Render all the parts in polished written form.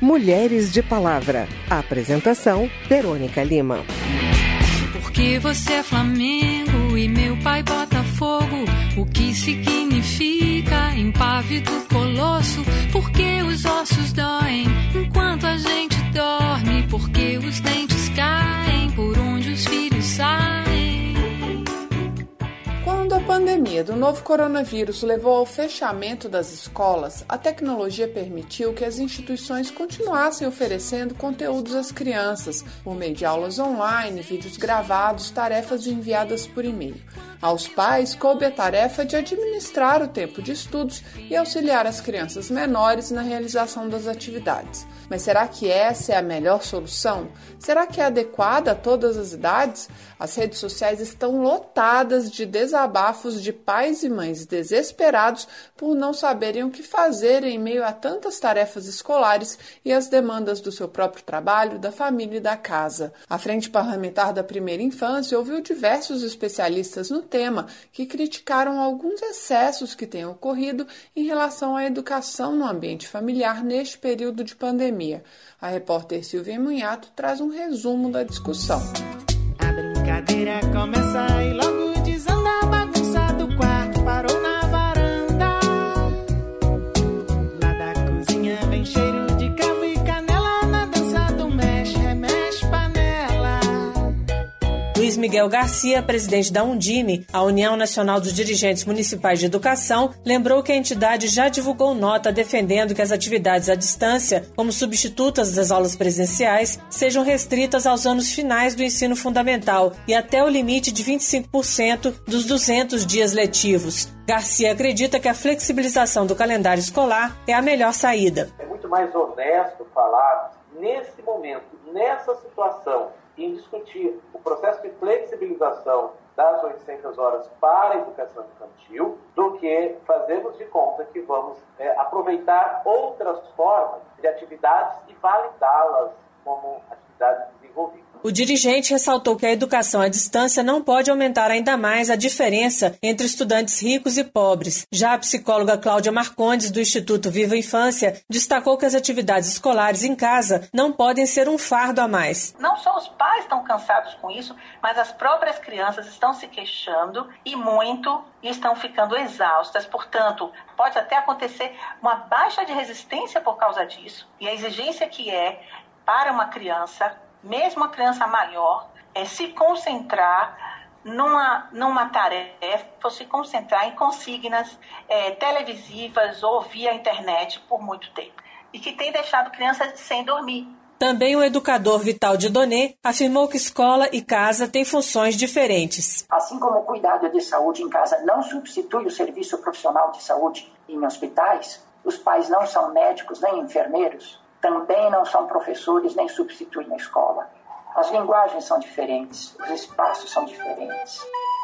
Mulheres de Palavra. Apresentação, Verônica Lima. Porque você é Flamengo e meu pai Botafogo, o que significa impávido colosso? Porque os ossos doem enquanto a gente dorme, porque os dentes caem por onde os filhos saem. Quando a pandemia do novo coronavírus levou ao fechamento das escolas, a tecnologia permitiu que as instituições continuassem oferecendo conteúdos às crianças, por meio de aulas online, vídeos gravados, tarefas enviadas por e-mail. Aos pais, coube a tarefa de administrar o tempo de estudos e auxiliar as crianças menores na realização das atividades. Mas será que essa é a melhor solução? Será que é adequada a todas as idades? As redes sociais estão lotadas de desabafos de pais e mães desesperados por não saberem o que fazer em meio a tantas tarefas escolares e as demandas do seu próprio trabalho, da família e da casa. A Frente Parlamentar da Primeira Infância ouviu diversos especialistas no tema que criticaram alguns excessos que têm ocorrido em relação à educação no ambiente familiar neste período de pandemia. A repórter Silvia Munhato traz um resumo da discussão. A brincadeira começa e logo desanda a bagunça do quarto, parou na varanda. Lá da cozinha vem cheiro de cravo e canela, na dança do mexe, remexe panela. Luiz Miguel Garcia, presidente da Undime, a União Nacional dos Dirigentes Municipais de Educação, lembrou que a entidade já divulgou nota defendendo que as atividades à distância, como substitutas das aulas presenciais, sejam restritas aos anos finais do ensino fundamental e até o limite de 25% dos 200 dias letivos. Garcia acredita que a flexibilização do calendário escolar é a melhor saída. É muito mais honesto falar nesse momento, nessa situação, em discutir o processo de flexibilização das 800 horas para a educação infantil, do que fazermos de conta que vamos aproveitar outras formas de atividades e validá-las como atividades desenvolvidas. O dirigente ressaltou que a educação à distância não pode aumentar ainda mais a diferença entre estudantes ricos e pobres. Já a psicóloga Cláudia Marcondes, do Instituto Viva Infância, destacou que as atividades escolares em casa não podem ser um fardo a mais. Não só os pais estão cansados com isso, mas as próprias crianças estão se queixando e muito e estão ficando exaustas. Portanto, pode até acontecer uma baixa de resistência por causa disso. E a exigência que é para uma criança, mesmo a criança maior, é se concentrar numa tarefa, ou se concentrar em consignas televisivas ou via internet por muito tempo. E que tem deixado crianças sem dormir. Também o educador Vital de Donê afirmou que escola e casa têm funções diferentes. Assim como o cuidado de saúde em casa não substitui o serviço profissional de saúde em hospitais, os pais não são médicos nem enfermeiros, também não são professores nem substituem a escola. As linguagens são diferentes, os espaços são diferentes.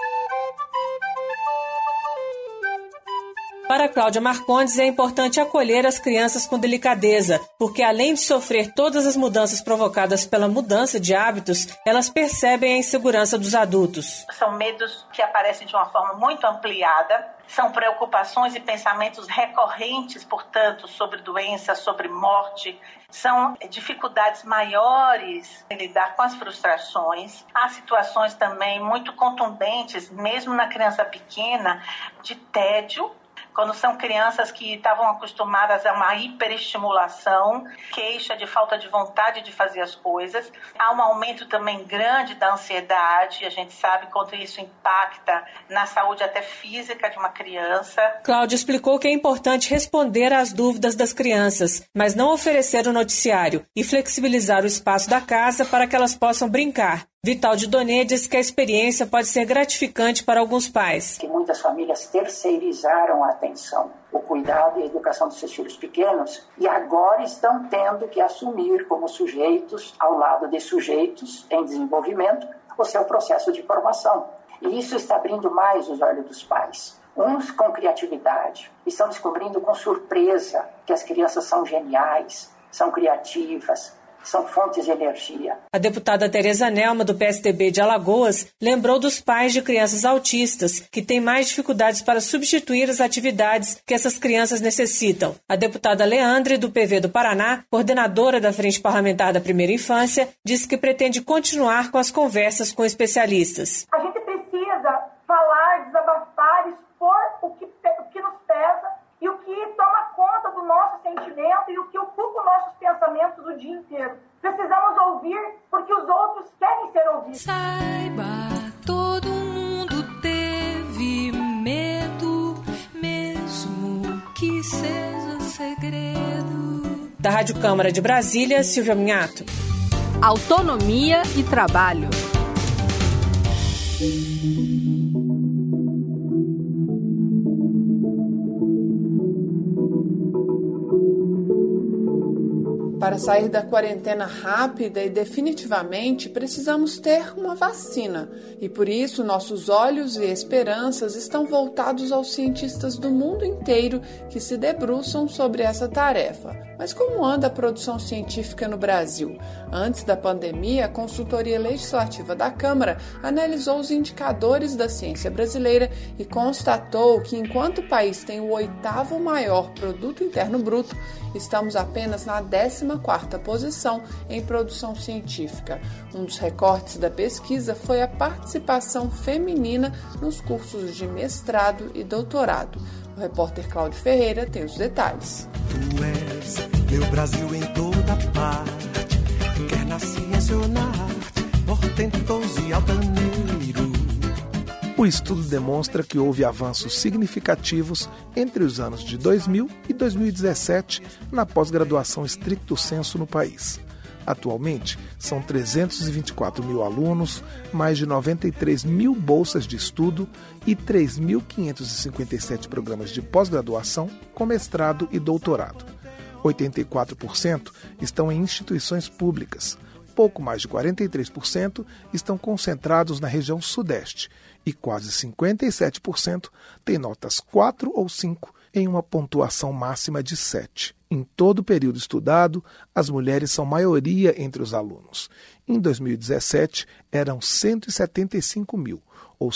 Para Cláudia Marcondes, é importante acolher as crianças com delicadeza, porque além de sofrer todas as mudanças provocadas pela mudança de hábitos, elas percebem a insegurança dos adultos. São medos que aparecem de uma forma muito ampliada, são preocupações e pensamentos recorrentes, portanto, sobre doença, sobre morte, são dificuldades maiores em lidar com as frustrações. Há situações também muito contundentes, mesmo na criança pequena, de tédio, quando são crianças que estavam acostumadas a uma hiperestimulação, queixa de falta de vontade de fazer as coisas. Há um aumento também grande da ansiedade, a gente sabe quanto isso impacta na saúde até física de uma criança. Cláudia explicou que é importante responder às dúvidas das crianças, mas não oferecer o noticiário e flexibilizar o espaço da casa para que elas possam brincar. Vital de Donê diz que a experiência pode ser gratificante para alguns pais. Que muitas famílias terceirizaram a atenção, o cuidado e a educação dos seus filhos pequenos e agora estão tendo que assumir como sujeitos, ao lado de sujeitos em desenvolvimento, o seu processo de formação. E isso está abrindo mais os olhos dos pais. Uns com criatividade, estão descobrindo com surpresa que as crianças são geniais, são criativas, são fontes de energia. A deputada Tereza Nelma, do PSDB de Alagoas, lembrou dos pais de crianças autistas que têm mais dificuldades para substituir as atividades que essas crianças necessitam. A deputada Leandre, do PV do Paraná, coordenadora da Frente Parlamentar da Primeira Infância, disse que pretende continuar com as conversas com especialistas. A gente precisa falar, desabafar, expor o que nos pesa e o que toma conta do nosso sentimento e o que ocupa os nossos pensamentos o dia inteiro. Precisamos ouvir porque os outros querem ser ouvidos. Saiba, todo mundo teve medo, mesmo que seja segredo. Da Rádio Câmara de Brasília, Silvia Minhato. Autonomia e trabalho. Para sair da quarentena rápida e definitivamente, precisamos ter uma vacina. E por isso, nossos olhos e esperanças estão voltados aos cientistas do mundo inteiro que se debruçam sobre essa tarefa. Mas como anda a produção científica no Brasil? Antes da pandemia, a Consultoria Legislativa da Câmara analisou os indicadores da ciência brasileira e constatou que, enquanto o país tem o 8º maior produto interno bruto, estamos apenas na 14ª posição em produção científica. Um dos recortes da pesquisa foi a participação feminina nos cursos de mestrado e doutorado. O repórter Cláudio Ferreira tem os detalhes. Tu és meu Brasil em toda parte, quer na ciência ou na arte, portentoso e altaneiro. O estudo demonstra que houve avanços significativos entre os anos de 2000 e 2017 na pós-graduação stricto sensu no país. Atualmente, são 324 mil alunos, mais de 93 mil bolsas de estudo e 3.557 programas de pós-graduação com mestrado e doutorado. 84% estão em instituições públicas. Pouco mais de 43% estão concentrados na região sudeste e quase 57% têm notas 4 ou 5 em uma pontuação máxima de 7. Em todo o período estudado, as mulheres são maioria entre os alunos. Em 2017, eram 175 mil, ou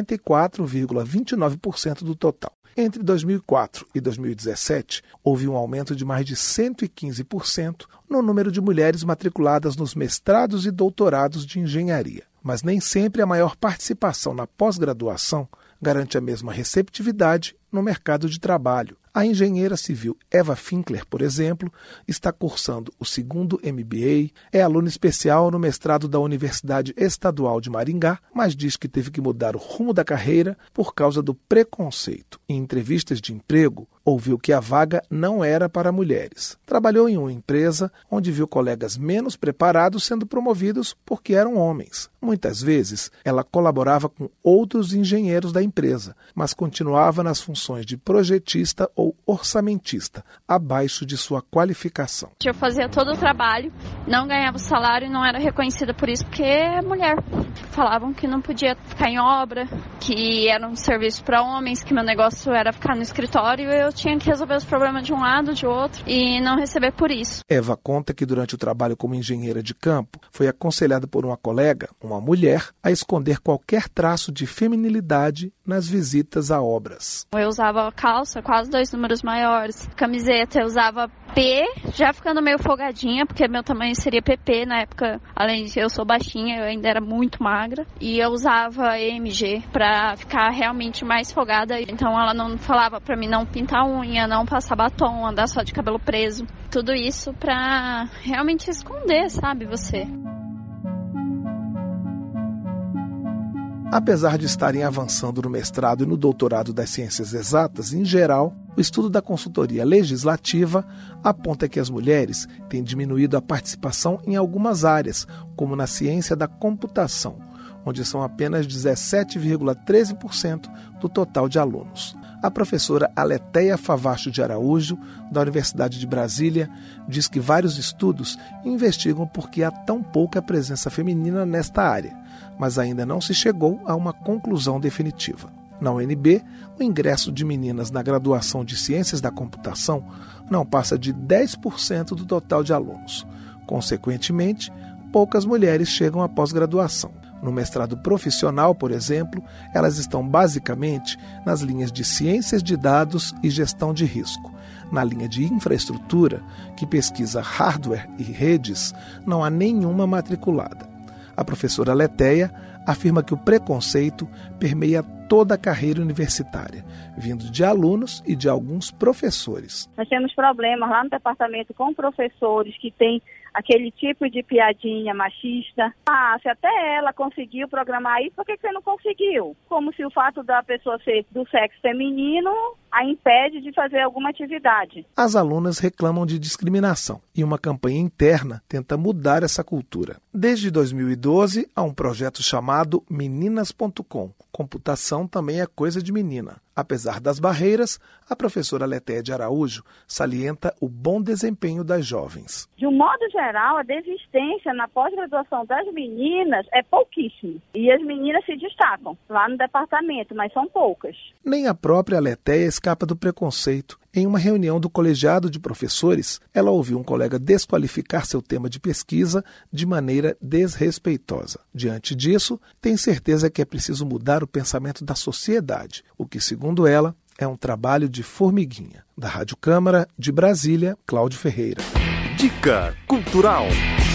54,29% do total. Entre 2004 e 2017, houve um aumento de mais de 115% no número de mulheres matriculadas nos mestrados e doutorados de engenharia. Mas nem sempre a maior participação na pós-graduação garante a mesma receptividade no mercado de trabalho. A engenheira civil Eva Finkler, por exemplo, está cursando o 2º MBA, é aluna especial no mestrado da Universidade Estadual de Maringá, mas diz que teve que mudar o rumo da carreira por causa do preconceito. Em entrevistas de emprego, ouviu que a vaga não era para mulheres. Trabalhou em uma empresa onde viu colegas menos preparados sendo promovidos porque eram homens. Muitas vezes, ela colaborava com outros engenheiros da empresa, mas continuava nas funções de projetista ou orçamentista, abaixo de sua qualificação. Eu fazia todo o trabalho, não ganhava salário e não era reconhecida por isso porque é mulher. Falavam que não podia ficar em obra, que era um serviço para homens, que meu negócio era ficar no escritório e eu tinha que resolver os problemas de um lado, de outro e não receber por isso. Eva conta que durante o trabalho como engenheira de campo, foi aconselhada por uma colega, uma mulher, a esconder qualquer traço de feminilidade nas visitas a obras. Eu usava calça, quase 2 números maiores, camiseta, eu usava P, já ficando meio folgadinha, porque meu tamanho seria PP na época, além de eu sou baixinha, eu ainda era muito magra, e eu usava EMG pra ficar realmente mais folgada, então ela não falava pra mim não pintar unha, não passar batom, andar só de cabelo preso, tudo isso pra realmente esconder, sabe, você. Apesar de estarem avançando no mestrado e no doutorado das ciências exatas, em geral, o estudo da consultoria legislativa aponta que as mulheres têm diminuído a participação em algumas áreas, como na ciência da computação, onde são apenas 17,13% do total de alunos. A professora Aleteia Favacho de Araújo, da Universidade de Brasília, diz que vários estudos investigam por que há tão pouca presença feminina nesta área, mas ainda não se chegou a uma conclusão definitiva. Na UNB, o ingresso de meninas na graduação de Ciências da Computação não passa de 10% do total de alunos. Consequentemente, poucas mulheres chegam à pós-graduação. No mestrado profissional, por exemplo, elas estão basicamente nas linhas de ciências de dados e gestão de risco. Na linha de infraestrutura, que pesquisa hardware e redes, não há nenhuma matriculada. A professora Letéia afirma que o preconceito permeia toda a carreira universitária, vindo de alunos e de alguns professores. Nós temos problemas lá no departamento com professores que têm aquele tipo de piadinha machista. Se até ela conseguiu programar isso, por que você não conseguiu? Como se o fato da pessoa ser do sexo feminino a impede de fazer alguma atividade. As alunas reclamam de discriminação e uma campanha interna tenta mudar essa cultura. Desde 2012, há um projeto chamado Meninas.com. Computação também é coisa de menina. Apesar das barreiras, a professora Letéia de Araújo salienta o bom desempenho das jovens. De um modo geral, a desistência na pós-graduação das meninas é pouquíssima. E as meninas se destacam lá no departamento, mas são poucas. Nem a própria Letéia escapa do preconceito. Em uma reunião do colegiado de professores, ela ouviu um colega desqualificar seu tema de pesquisa de maneira desrespeitosa. Diante disso, tem certeza que é preciso mudar o pensamento da sociedade, o que, segundo ela, é um trabalho de formiguinha. Da Rádio Câmara, de Brasília, Cláudio Ferreira. Dica Cultural.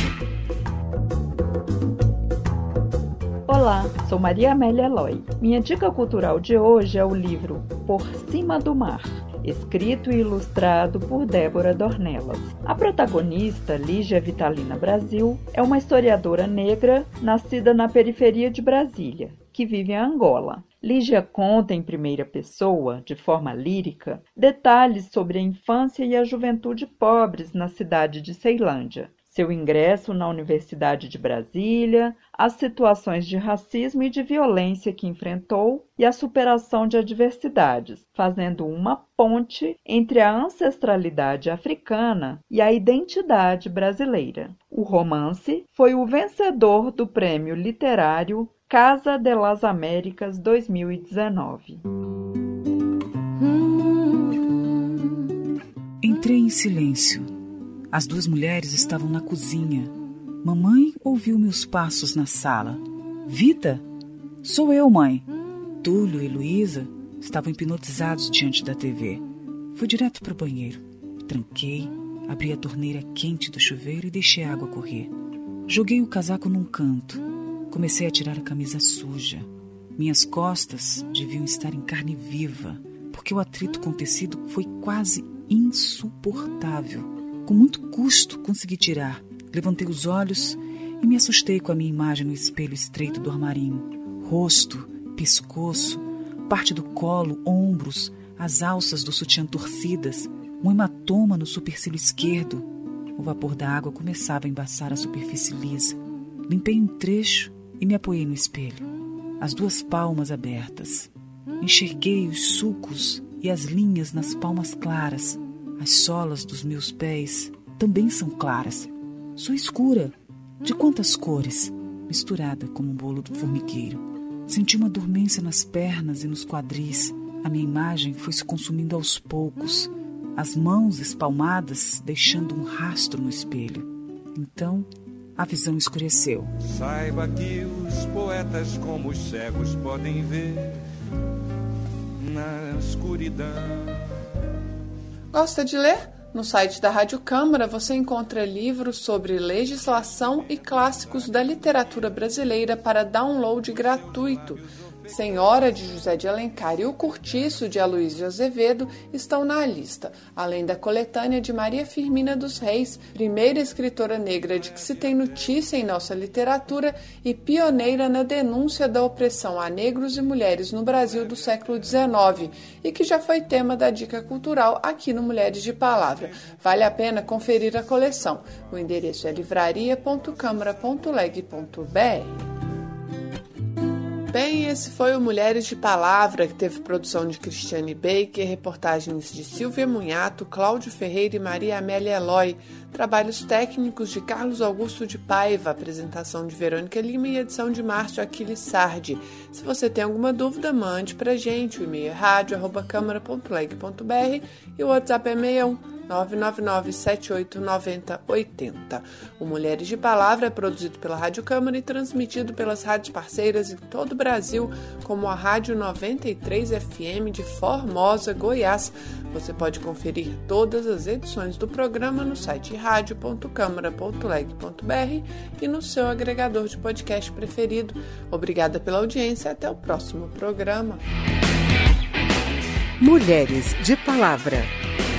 Olá, sou Maria Amélia Eloy. Minha dica cultural de hoje é o livro Por Cima do Mar, escrito e ilustrado por Débora Dornelas. A protagonista, Lígia Vitalina Brasil, é uma historiadora negra nascida na periferia de Brasília, que vive em Angola. Lígia conta em primeira pessoa, de forma lírica, detalhes sobre a infância e a juventude pobres na cidade de Ceilândia, seu ingresso na Universidade de Brasília, as situações de racismo e de violência que enfrentou e a superação de adversidades, fazendo uma ponte entre a ancestralidade africana e a identidade brasileira. O romance foi o vencedor do Prêmio Literário Casa de las Américas 2019. Entrei em silêncio. As duas mulheres estavam na cozinha. Mamãe ouviu meus passos na sala. Vita? Sou eu, mãe. Túlio e Luísa estavam hipnotizados diante da TV. Fui direto para o banheiro. Tranquei, abri a torneira quente do chuveiro e deixei a água correr. Joguei o casaco num canto. Comecei a tirar a camisa suja. Minhas costas deviam estar em carne viva, porque o atrito com o tecido foi quase insuportável. Com muito custo consegui tirar. Levantei os olhos e me assustei com a minha imagem no espelho estreito do armarinho. Rosto, pescoço, parte do colo, ombros, as alças do sutiã torcidas, um hematoma no supercílio esquerdo. O vapor da água começava a embaçar a superfície lisa. Limpei um trecho e me apoiei no espelho. As duas palmas abertas. Enxerguei os sulcos e as linhas nas palmas claras. As solas dos meus pés também são claras. Sou escura. De quantas cores? Misturada como um bolo do formigueiro. Senti uma dormência nas pernas e nos quadris. A minha imagem foi se consumindo aos poucos. As mãos espalmadas deixando um rastro no espelho. Então, a visão escureceu. Saiba que os poetas como os cegos podem ver na escuridão. Gosta de ler? No site da Rádio Câmara você encontra livros sobre legislação e clássicos da literatura brasileira para download gratuito. Senhora, de José de Alencar, e O Curtiço, de Aloysio Azevedo, estão na lista, além da coletânea de Maria Firmina dos Reis, primeira escritora negra de que se tem notícia em nossa literatura e pioneira na denúncia da opressão a negros e mulheres no Brasil do século XIX, e que já foi tema da Dica Cultural aqui no Mulheres de Palavra. Vale a pena conferir a coleção. O endereço é livraria.câmara.leg.br. Bem, esse foi o Mulheres de Palavra, que teve produção de Cristiane Baker, reportagens de Silvia Munhato, Cláudio Ferreira e Maria Amélia Eloy, trabalhos técnicos de Carlos Augusto de Paiva, apresentação de Verônica Lima e edição de Márcio Aquiles Sardi. Se você tem alguma dúvida, mande pra gente. O e-mail é radio@câmara.leg.br e o WhatsApp é 61 999-7890-80. O Mulheres de Palavra é produzido pela Rádio Câmara e transmitido pelas rádios parceiras em todo o Brasil, como a Rádio 93 FM de Formosa, Goiás. Você pode conferir todas as edições do programa no site radio.câmara.leg.br e no seu agregador de podcast preferido. Obrigada pela audiência e até o próximo programa. Mulheres de Palavra.